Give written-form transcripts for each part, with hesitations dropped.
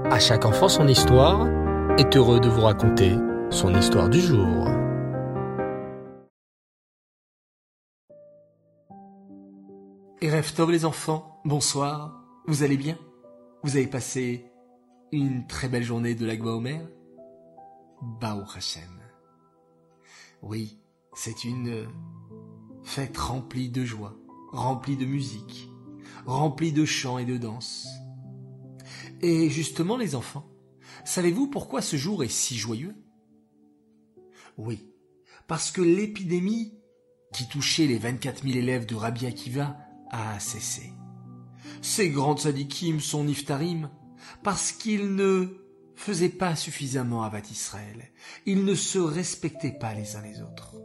À chaque enfant son histoire est heureux de vous raconter son histoire du jour. Erev Tov les enfants, bonsoir, vous allez bien? Vous avez passé une très belle journée de Lag BaOmer? Baruch Hashem. Oui, c'est une fête remplie de joie, remplie de musique, remplie de chants et de danses. Et justement les enfants, savez-vous pourquoi ce jour est si joyeux? Oui, parce que l'épidémie qui touchait les 24 000 élèves de Rabbi Akiva a cessé. Ces grands tzadikim sont niftarim parce qu'ils ne faisaient pas suffisamment Avat Israël. Ils ne se respectaient pas les uns les autres.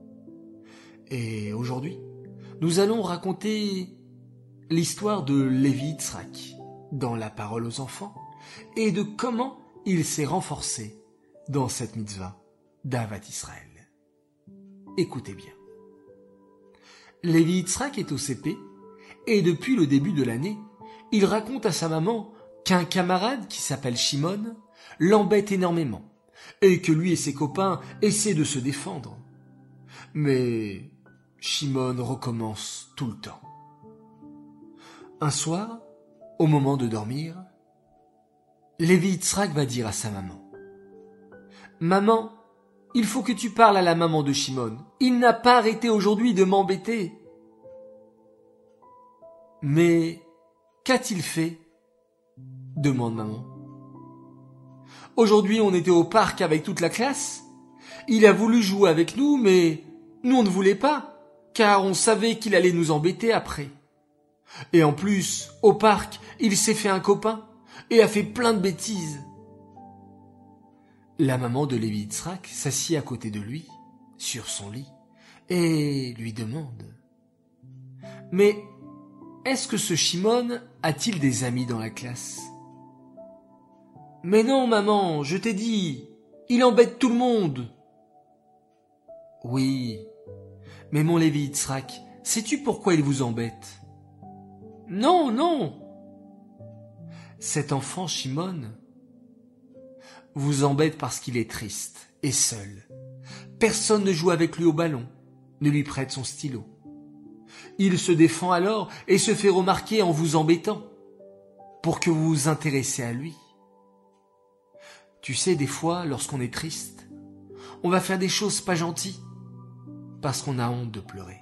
Et aujourd'hui, nous allons raconter l'histoire de Lévi Yitzhak dans la parole aux enfants et de comment il s'est renforcé dans cette mitzvah d'Avat Israël. Écoutez bien. Lévi Yitzhak est au CP et depuis le début de l'année, il raconte à sa maman qu'un camarade qui s'appelle Shimon l'embête énormément et que lui et ses copains essaient de se défendre. Mais Shimon recommence tout le temps. Un soir, au moment de dormir, Lévi Yitzhak va dire à sa maman: « Maman, il faut que tu parles à la maman de Shimon. Il n'a pas arrêté aujourd'hui de m'embêter. » « Mais qu'a-t-il fait ?» demande maman. « Aujourd'hui, on était au parc avec toute la classe. Il a voulu jouer avec nous, mais nous on ne voulait pas, car on savait qu'il allait nous embêter après. Et en plus, au parc, il s'est fait un copain et a fait plein de bêtises. » La maman de Lévi Yitzhak s'assied à côté de lui, sur son lit, et lui demande: « Mais est-ce que ce Shimon a-t-il des amis dans la classe ?»« Mais non, maman, je t'ai dit, il embête tout le monde. »« Oui, mais mon Lévi Yitzhak, sais-tu pourquoi il vous embête ?»« Non, non. »« Cet enfant Shimon vous embête parce qu'il est triste et seul. Personne ne joue avec lui au ballon, ne lui prête son stylo. Il se défend alors et se fait remarquer en vous embêtant, pour que vous vous intéressez à lui. Tu sais, des fois, lorsqu'on est triste, on va faire des choses pas gentilles, parce qu'on a honte de pleurer.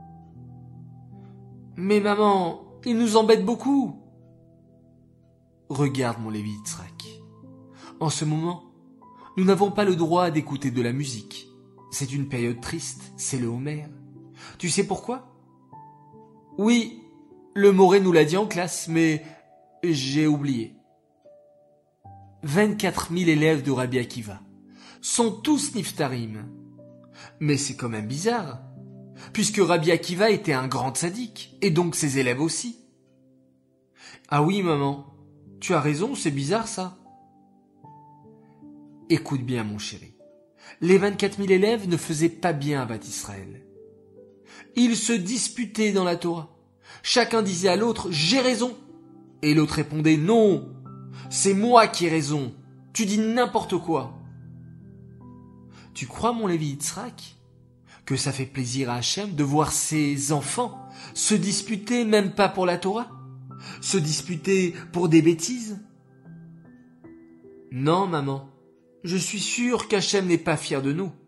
Mais maman, il nous embête beaucoup. Regarde mon Lévi Yitzhak. En ce moment, nous n'avons pas le droit d'écouter de la musique. C'est une période triste, c'est le Homer. Tu sais pourquoi ? Oui, le Moré nous l'a dit en classe, mais j'ai oublié. 24 000 élèves de Rabbi Akiva sont tous niftarim. Mais c'est quand même bizarre, puisque Rabbi Akiva était un grand tzaddik, et donc ses élèves aussi. Ah oui, maman, tu as raison, c'est bizarre ça. Écoute bien, mon chéri. Les 24 000 élèves ne faisaient pas bien Avat Israël. Ils se disputaient dans la Torah. Chacun disait à l'autre « J'ai raison !» et l'autre répondait « Non, c'est moi qui ai raison, tu dis n'importe quoi !» Tu crois, mon Lévi Yitzhak, que ça fait plaisir à Hachem de voir ses enfants se disputer même pas pour la Torah, se disputer pour des bêtises? Non, maman, je suis sûr qu'Hachem n'est pas fier de nous.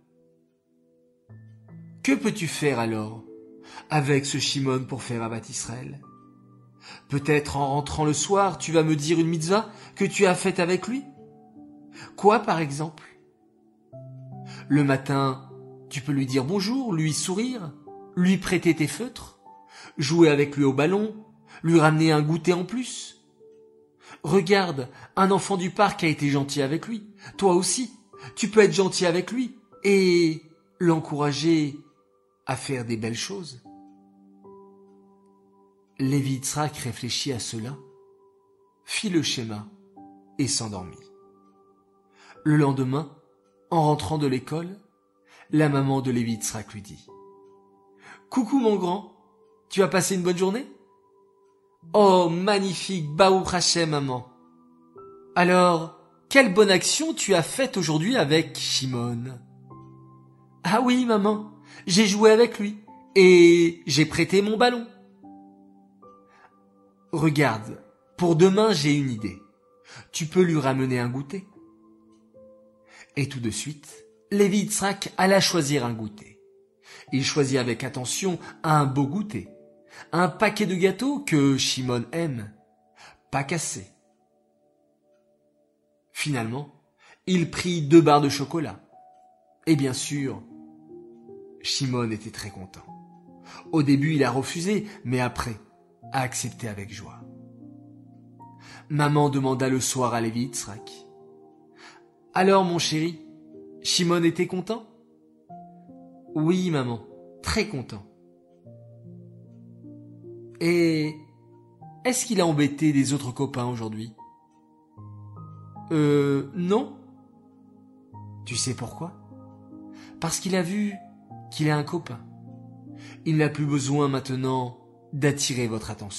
Que peux-tu faire alors avec ce Shimon pour faire Avat Israël? Peut-être en rentrant le soir, tu vas me dire une mitzvah que tu as faite avec lui? Quoi, par exemple? Le matin, tu peux lui dire bonjour, lui sourire, lui prêter tes feutres, jouer avec lui au ballon, lui ramener un goûter en plus. Regarde, un enfant du parc a été gentil avec lui. Toi aussi, tu peux être gentil avec lui et l'encourager à faire des belles choses. Lévi Yitzhak réfléchit à cela, fit le schéma et s'endormit. Le lendemain, en rentrant de l'école, la maman de Lévi Yitzhak lui dit: « Coucou mon grand, tu as passé une bonne journée ?»« Oh, magnifique, Baruch Hashem, maman. » Alors, quelle bonne action tu as faite aujourd'hui avec Shimon? Ah oui, maman, j'ai joué avec lui et j'ai prêté mon ballon. Regarde, pour demain j'ai une idée. Tu peux lui ramener un goûter. Et tout de suite, Lévi Yitzhak alla choisir un goûter. Il choisit avec attention un beau goûter, un paquet de gâteaux que Shimon aime, pas cassé. Finalement, il prit 2 barres de chocolat. Et bien sûr, Shimon était très content. Au début, il a refusé, mais après, a accepté avec joie. Maman demanda le soir à Lévi Yitzhak. « Alors, mon chéri, Shimon était content ?»« Oui, maman, très content. »« Et est-ce qu'il a embêté des autres copains aujourd'hui ?»« Non. »« Tu sais pourquoi ? Parce qu'il a vu qu'il a un copain. Il n'a plus besoin maintenant d'attirer votre attention. »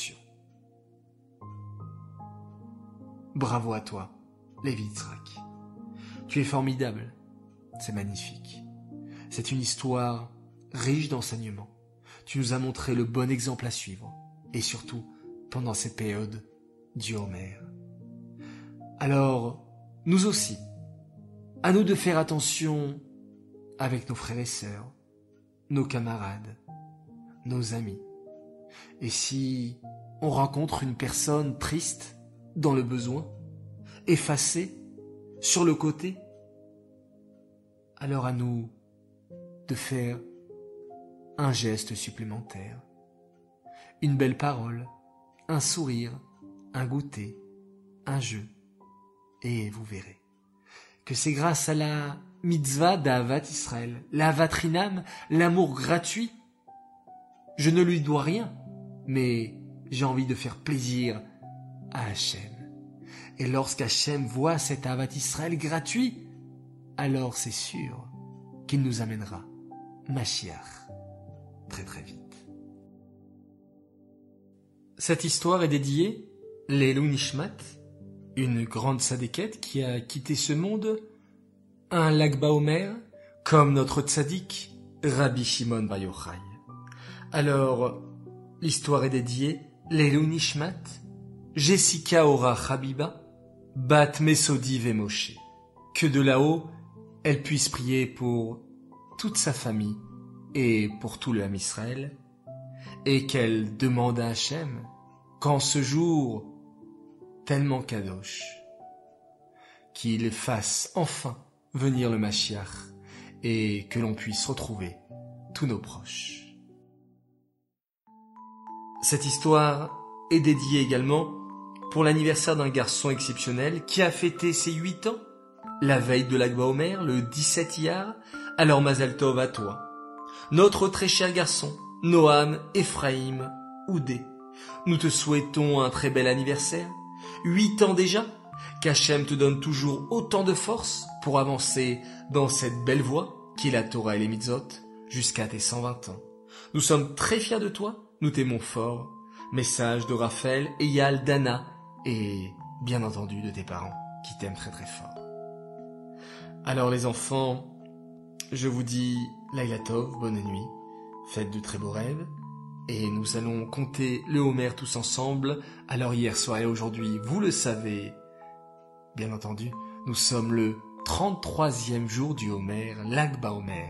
Bravo à toi, Lévi Yitzhak. Tu es formidable. C'est magnifique. C'est une histoire riche d'enseignements. Tu nous as montré le bon exemple à suivre. Et surtout, pendant cette période du Homer. Alors, nous aussi, à nous de faire attention avec nos frères et sœurs, nos camarades, nos amis. Et si on rencontre une personne triste, dans le besoin, effacée, sur le côté, alors à nous de faire un geste supplémentaire, une belle parole, un sourire, un goûter, un jeu, et vous verrez que c'est grâce à la mitzvah d'Ahavat Israël, l'Ahavat Rinam, l'amour gratuit. Je ne lui dois rien, mais j'ai envie de faire plaisir à Hachem. Et lorsqu'Hachem voit cet Ahavat Israël gratuit, alors c'est sûr qu'il nous amènera Mashiach très très vite. Cette histoire est dédiée Leilou Nishmat, une grande sadékette qui a quitté ce monde, un Lag BaOmer, comme notre tzaddik, Rabbi Shimon Bar Yochai. Alors, l'histoire est dédiée Leilou Nishmat, Jessica Ora Habiba, Bat Mesodi Vemoshe. Que de là-haut, elle puisse prier pour toute sa famille et pour tout le Ham Israël, et qu'elle demande à Hachem qu'en ce jour tellement kadosh, qu'il fasse enfin venir le Mashiach et que l'on puisse retrouver tous nos proches. Cette histoire est dédiée également pour l'anniversaire d'un garçon exceptionnel qui a fêté ses 8 ans la veille de Lag BaOmer, le 17 Iyar. Alors Mazal Tov à toi, notre très cher garçon, Noam Ephraim Oudé. Nous te souhaitons un très bel anniversaire. 8 ans déjà, qu'Hachem te donne toujours autant de force pour avancer dans cette belle voie qu'est la Torah et les mitzvot jusqu'à tes 120 ans. Nous sommes très fiers de toi, nous t'aimons fort. Message de Raphaël, Eyal, Dana et bien entendu de tes parents qui t'aiment très très fort. Alors les enfants, je vous dis Laila Tov, bonne nuit, faites de très beaux rêves, et nous allons compter le Homer tous ensemble. Alors hier soir et aujourd'hui, vous le savez, bien entendu, nous sommes le 33e jour du Homer, Lag BaOmer.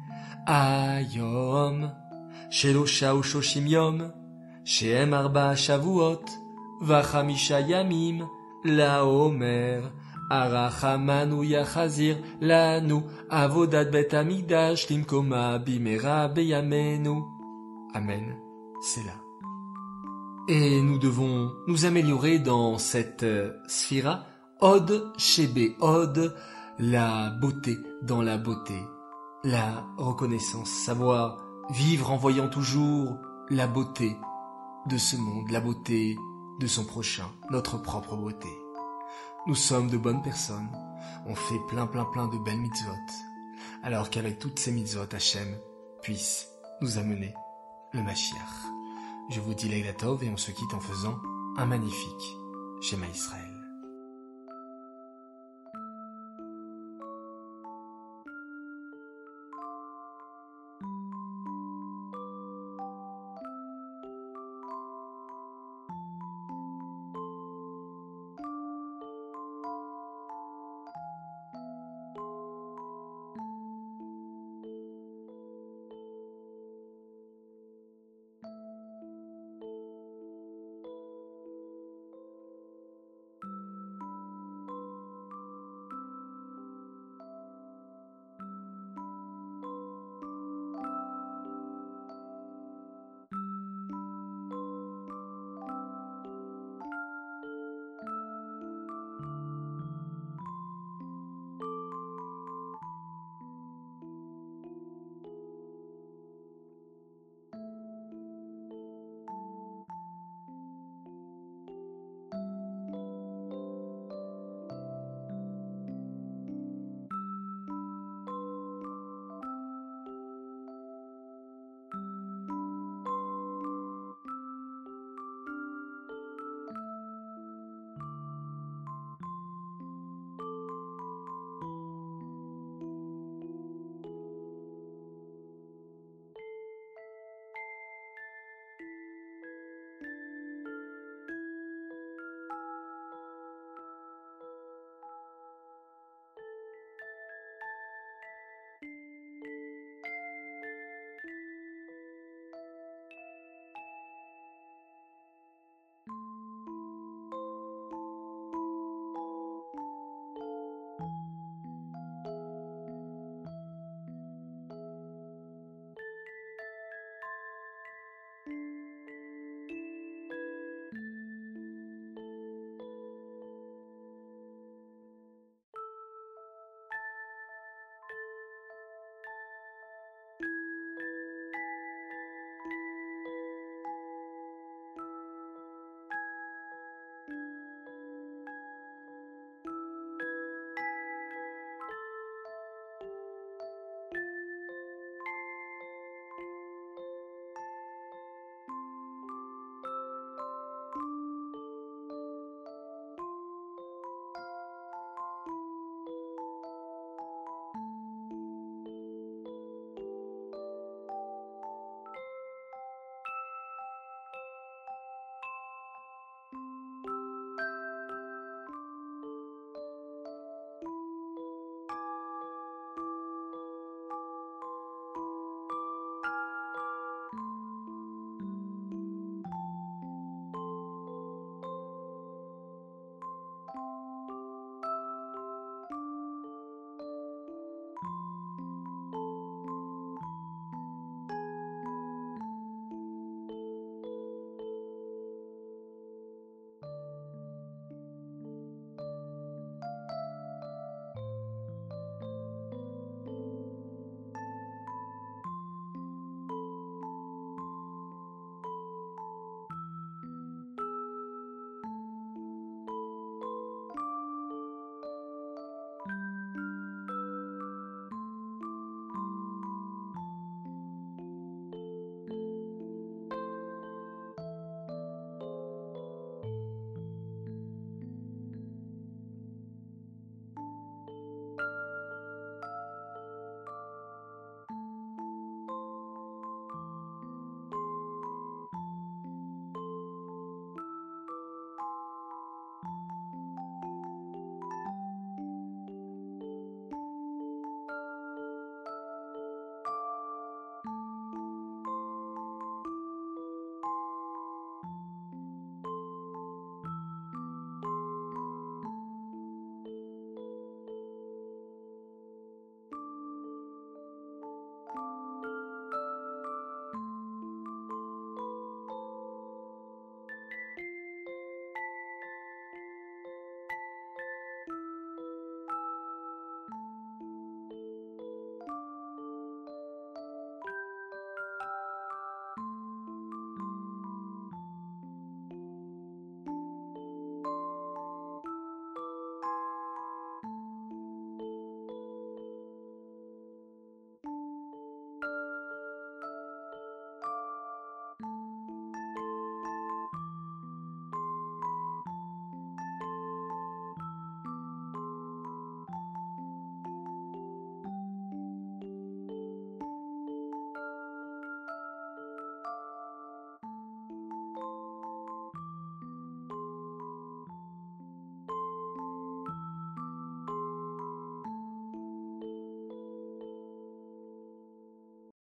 Ayom, Shelosha Ushoshim Yom, Shehem Arba Shavuot, Vachamisha Yamim, LaOmer, Arachamanu Yachazir, Lanu, Avodat Bet Hamikdash, Limkoma Bimera Beyamenu. Amen, c'est là. Et nous devons nous améliorer dans cette sphira, Od Shebe Od, la beauté dans la beauté, la reconnaissance, savoir vivre en voyant toujours la beauté de ce monde, la beauté de son prochain, notre propre beauté. Nous sommes de bonnes personnes, on fait plein de belles mitzvot, alors qu'avec toutes ces mitzvot, Hachem puisse nous amener le Mashiach. Je vous dis Laila Tov et on se quitte en faisant un magnifique Shema Israël.